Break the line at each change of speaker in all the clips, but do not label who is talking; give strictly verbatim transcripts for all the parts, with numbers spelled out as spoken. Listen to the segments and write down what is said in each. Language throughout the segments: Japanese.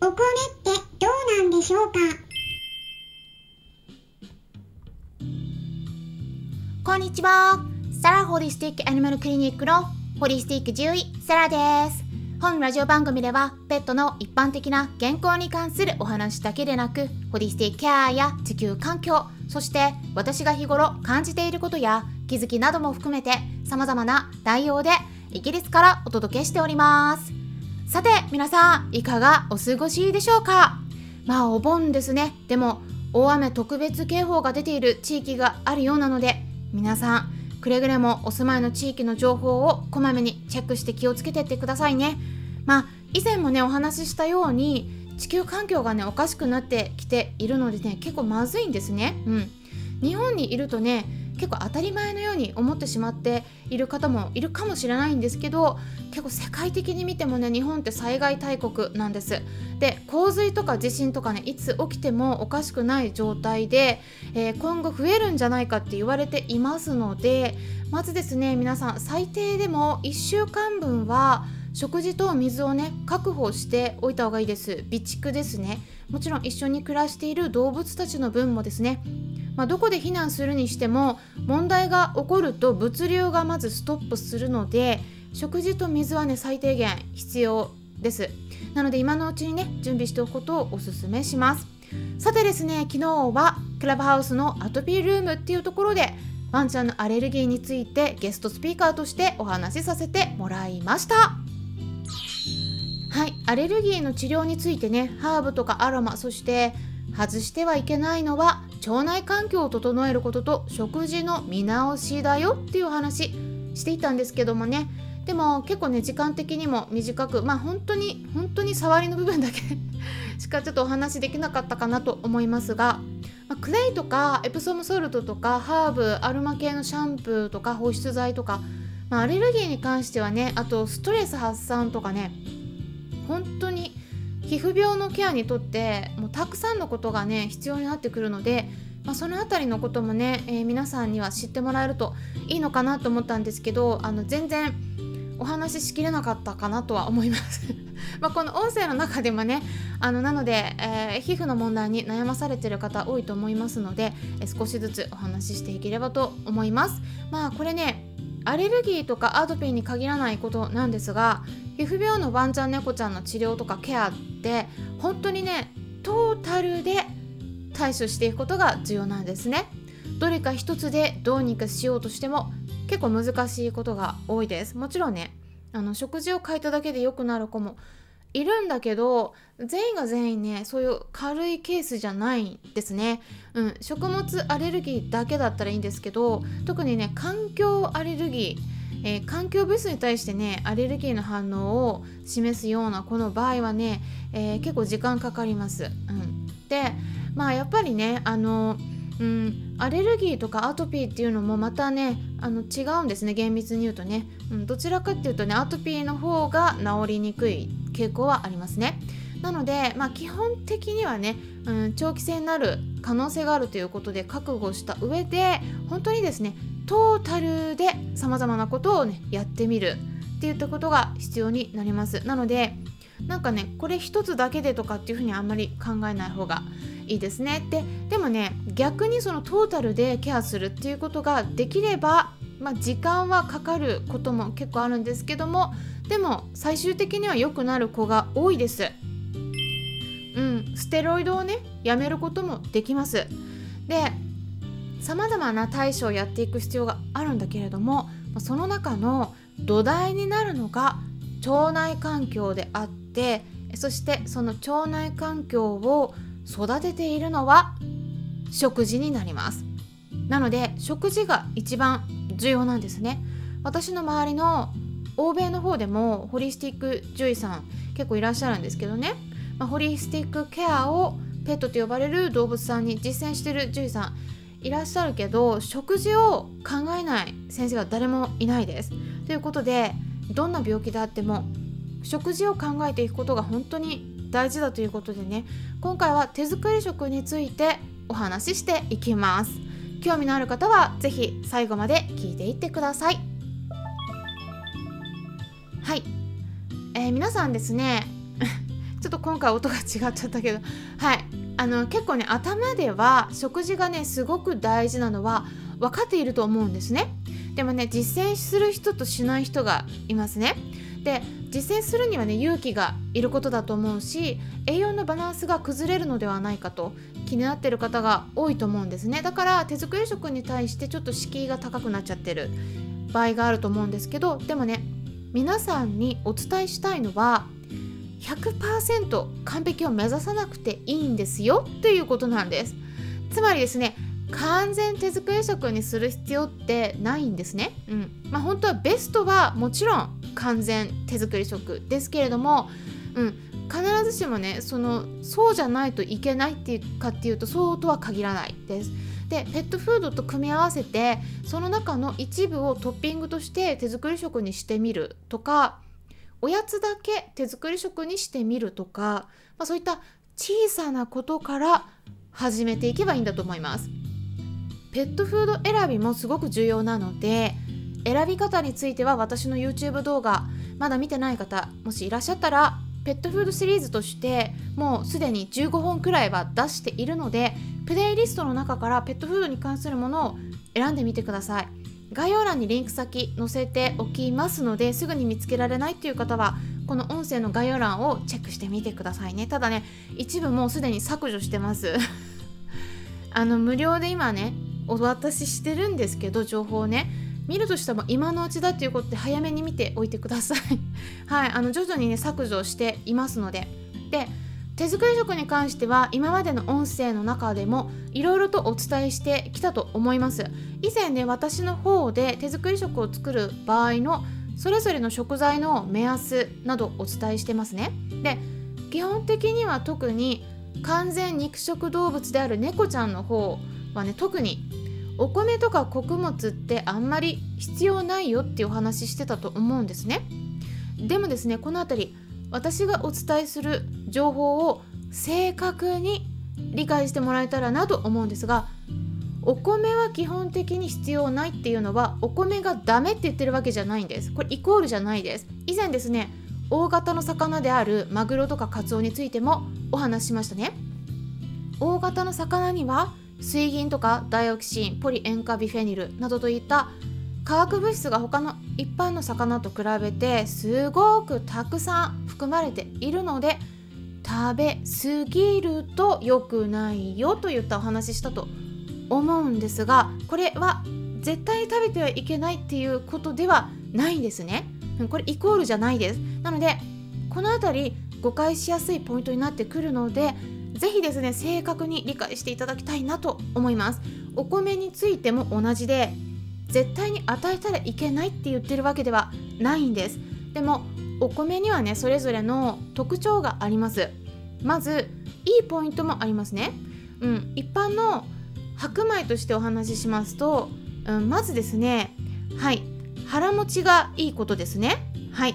お米ってどうなんでしょうか。
こんにちは。サラホリスティックアニマルクリニックのホリスティック獣医サラです。本ラジオ番組ではペットの一般的な健康に関するお話だけでなく、ホリスティックケアや地球環境、そして私が日頃感じていることや気づきなども含めて様々な内容でイギリスからお届けしております。さて皆さん、いかがお過ごしでしょうか。まあお盆ですね。でも大雨特別警報が出ている地域があるようなので、皆さんくれぐれもお住まいの地域の情報をこまめにチェックして気をつけていってくださいね。まあ以前もねお話ししたように地球環境がねおかしくなってきているのでね、結構まずいんですね。うん。日本にいるとね結構当たり前のように思ってしまっている方もいるかもしれないんですけど、結構世界的に見てもね日本って災害大国なんです。で、洪水とか地震とかねいつ起きてもおかしくない状態で、えー、今後増えるんじゃないかって言われていますので、まずですね皆さん最低でもいっしゅうかんぶんは食事と水をね確保しておいた方がいいです。備蓄ですね。もちろん一緒に暮らしている動物たちの分もですね。まあ、どこで避難するにしても問題が起こると物流がまずストップするので、食事と水はね最低限必要です。なので今のうちにね準備しておくことをお勧めします。さてですね、昨日はクラブハウスのアトピールームっていうところでワンちゃんのアレルギーについてゲストスピーカーとしてお話しさせてもらいました。はい、アレルギーの治療についてね、ハーブとかアロマ、そして外してはいけないのは腸内環境を整えることと食事の見直しだよっていう話していたんですけどもね、でも結構ね時間的にも短く、まあ本当に本当に触りの部分だけしかちょっとお話できなかったかなと思いますが、まあ、クレイとかエプソムソルトとかハーブ、アロマ系のシャンプーとか保湿剤とか、まあ、アレルギーに関してはね、あとストレス発散とかね、本当に皮膚病のケアにとってもうたくさんのことがね必要になってくるので、まあ、そのあたりのこともね、えー、皆さんには知ってもらえるといいのかなと思ったんですけど、あの全然お話ししきれなかったかなとは思いますまあこの音声の中でもね、あのなので、えー、皮膚の問題に悩まされている方多いと思いますので、えー、少しずつお話ししていければと思います。まあこれねアレルギーとかアトピーに限らないことなんですが、皮膚病のワンちゃん猫ちゃんの治療とかケアって本当にねトータルで対処していくことが重要なんですね。どれか一つでどうにかしようとしても結構難しいことが多いです。もちろんねあの食事を変えただけで良くなる子もいるんだけど、全員が全員ねそういう軽いケースじゃないんですね。うん、食物アレルギーだけだったらいいんですけど、特にね環境アレルギー、えー、環境物質に対してねアレルギーの反応を示すようなこの場合はね、えー、結構時間かかります。うん、でまあやっぱりねあのうん、アレルギーとかアトピーっていうのもまたねあの違うんですね。厳密に言うとね、うん、どちらかっていうとねアトピーの方が治りにくい傾向はありますね。なので、まあ、基本的にはね、うん、長期戦になる可能性があるということで覚悟した上で本当にですねトータルでさまざまなことをねやってみるっていったことが必要になります。なのでなんかねこれ一つだけでとかっていうふうにあんまり考えない方がいいですね。で、でもね逆にそのトータルでケアするっていうことができれば、まあ、時間はかかることも結構あるんですけども、でも最終的には良くなる子が多いです。うん、ステロイドをねやめることもできます。で、さまざまな対処をやっていく必要があるんだけれども、その中の土台になるのが腸内環境であって、そしてその腸内環境を育てているのは食事になります。なので食事が一番重要なんですね。私の周りの欧米の方でもホリスティック獣医さん結構いらっしゃるんですけどね、まあ、ホリスティックケアをペットと呼ばれる動物さんに実践している獣医さんいらっしゃるけど、食事を考えない先生は誰もいないです。ということでどんな病気であっても食事を考えていくことが本当に大事だということでね、今回は手作り食についてお話ししていきます。興味のある方はぜひ最後まで聞いていってください。はい、えー、皆さんですねちょっと今回音が違っちゃったけど、はいあの結構ね頭では食事がねすごく大事なのは分かっていると思うんですね。でもね実践する人としない人がいますね。で実践するにはね勇気がいることだと思うし、栄養のバランスが崩れるのではないかと気になっている方が多いと思うんですね。だから手作り食に対してちょっと敷居が高くなっちゃってる場合があると思うんですけど、でもね皆さんにお伝えしたいのは ひゃくパーセント 完璧を目指さなくていいんですよということなんです。つまりですね、完全手作り食にする必要ってないんですね。うん、まあ本当はベストはもちろん完全手作り食ですけれども、うん、必ずしもねそのそうじゃないといけないっていうかっていうとそうとは限らないです。でペットフードと組み合わせてその中の一部をトッピングとして手作り食にしてみるとか、おやつだけ手作り食にしてみるとか、まあ、そういった小さなことから始めていけばいいんだと思います。ペットフード選びもすごく重要なので、選び方については私の YouTube 動画まだ見てない方もしいらっしゃったら、ペットフードシリーズとしてもうすでにじゅうごほんくらいは出しているので、プレイリストの中からペットフードに関するものを選んでみてください。概要欄にリンク先載せておきますので、すぐに見つけられないという方はこの音声の概要欄をチェックしてみてくださいね。ただね一部もうすでに削除してますあの無料で今ねお渡ししてるんですけど、情報をね見るとしても今のうちだということで早めに見ておいてくださいはい、あの徐々にね削除していますので。で手作り食に関しては今までの音声の中でもいろいろとお伝えしてきたと思います。以前ね私の方で手作り食を作る場合のそれぞれの食材の目安などお伝えしてますね。で基本的には特に完全肉食動物である猫ちゃんの方はね特にお米とか穀物ってあんまり必要ないよっていうお話ししてたと思うんですね。でもですねこのあたり私がお伝えする情報を正確に理解してもらえたらなと思うんですが、お米は基本的に必要ないっていうのはお米がダメって言ってるわけじゃないんです。これイコールじゃないです。以前ですね大型の魚であるマグロとかカツオについてもお話ししましたね。大型の魚には水銀とかダイオキシン、ポリ塩化ビフェニルなどといった化学物質が他の一般の魚と比べてすごくたくさん含まれているので、食べ過ぎると良くないよといったお話ししたと思うんですが、これは絶対食べてはいけないっていうことではないんですね。これイコールじゃないです。なのでこのあたり誤解しやすいポイントになってくるので、ぜひですね正確に理解していただきたいなと思います。お米についても同じで、絶対に与えたらいけないって言ってるわけではないんです。でもお米にはねそれぞれの特徴があります。まずいいポイントもありますね。うん、一般の白米としてお話ししますと、うん、まずですね、はい腹持ちがいいことですね。はい。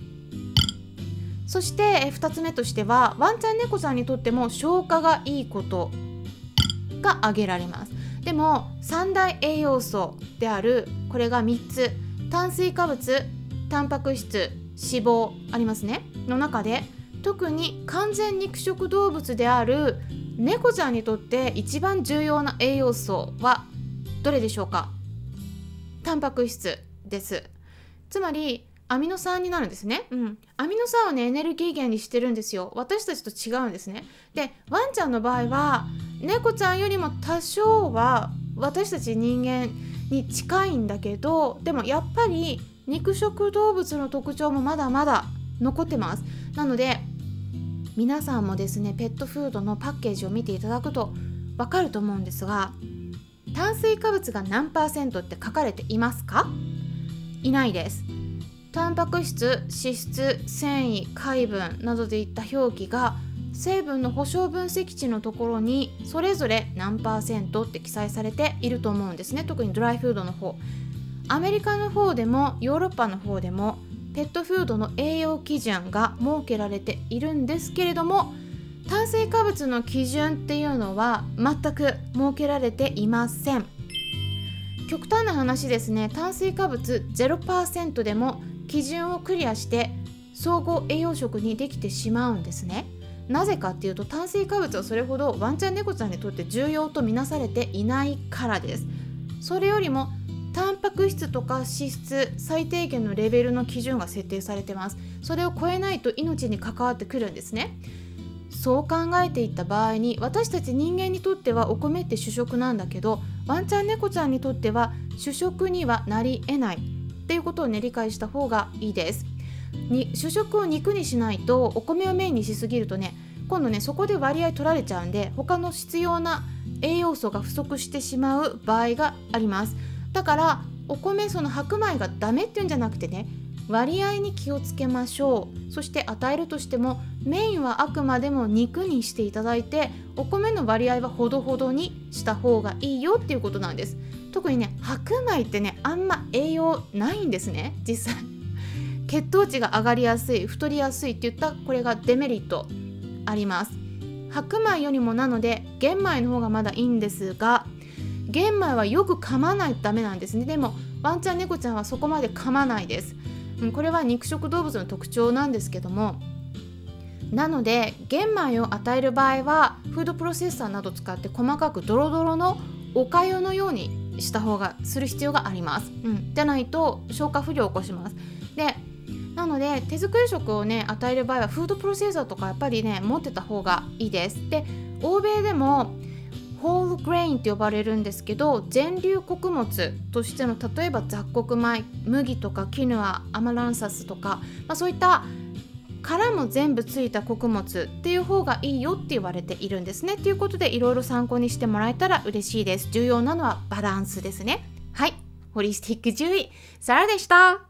そしてふたつめとしてはワンちゃん猫ちゃんにとっても消化がいいことが挙げられます。でも三大栄養素であるこれがみっつ、炭水化物、タンパク質、脂肪ありますねの中で、特に完全肉食動物である猫ちゃんにとって一番重要な栄養素はどれでしょうか？タンパク質です。つまりアミノ酸になるんですね。うん、アミノ酸をねエネルギー源にしてるんですよ。私たちと違うんですね。でワンちゃんの場合は猫ちゃんよりも多少は私たち人間に近いんだけど、でもやっぱり肉食動物の特徴もまだまだ残ってます。なので皆さんもですねペットフードのパッケージを見ていただくとわかると思うんですが、炭水化物が何パーセントって書かれていますか？いないです。タンパク質、脂質、繊維、海分などでいった表記が成分の保証分析値のところにそれぞれ何パーセントって記載されていると思うんですね。特にドライフードの方、アメリカの方でもヨーロッパの方でもペットフードの栄養基準が設けられているんですけれども、炭水化物の基準っていうのは全く設けられていません。極端な話ですね、炭水化物 ゼロパーセント でも基準をクリアして総合栄養食にできてしまうんですね。 なぜかっていうと、炭水化物はそれほどワンちゃん猫ちゃんにとって重要とみなされていないからです。それよりもタンパク質とか脂質、最低限のレベルの基準が設定されてます。それを超えないと命に関わってくるんですね。そう考えていった場合に、私たち人間にとってはお米って主食なんだけど、ワンちゃん猫ちゃんにとっては主食にはなり得ないっていうことをね理解した方がいいです。に主食を肉にしないと、お米をメインにしすぎるとね、今度ねそこで割合取られちゃうんで、他の必要な栄養素が不足してしまう場合があります。だからお米、その白米がダメっていうんじゃなくてね、割合に気をつけましょう。そして与えるとしてもメインはあくまでも肉にしていただいて、お米の割合はほどほどにした方がいいよっていうことなんです。特にね白米ってねあんま栄養ないんですね。実際血糖値が上がりやすい、太りやすいっていった、これがデメリットあります。白米よりもなので玄米の方がまだいいんですが、玄米はよく噛まないとダメなんですね。でもワンちゃん猫ちゃんはそこまで噛まないです。これは肉食動物の特徴なんですけども、なので玄米を与える場合はフードプロセッサーなど使って細かくドロドロのおかゆのようにした方がする必要があります、うん、じゃないと消化不良を起こします。でなので手作り食をね与える場合はフードプロセッサーとかやっぱりね持ってた方がいいです。で欧米でもホールグレインって呼ばれるんですけど、全粒穀物としての、例えば雑穀米、麦とかキヌア、アマランサスとか、まあ、そういった殻も全部ついた穀物っていう方がいいよって言われているんですね。ということでいろいろ参考にしてもらえたら嬉しいです。重要なのはバランスですね。はい、ホリスティック獣医サラでした。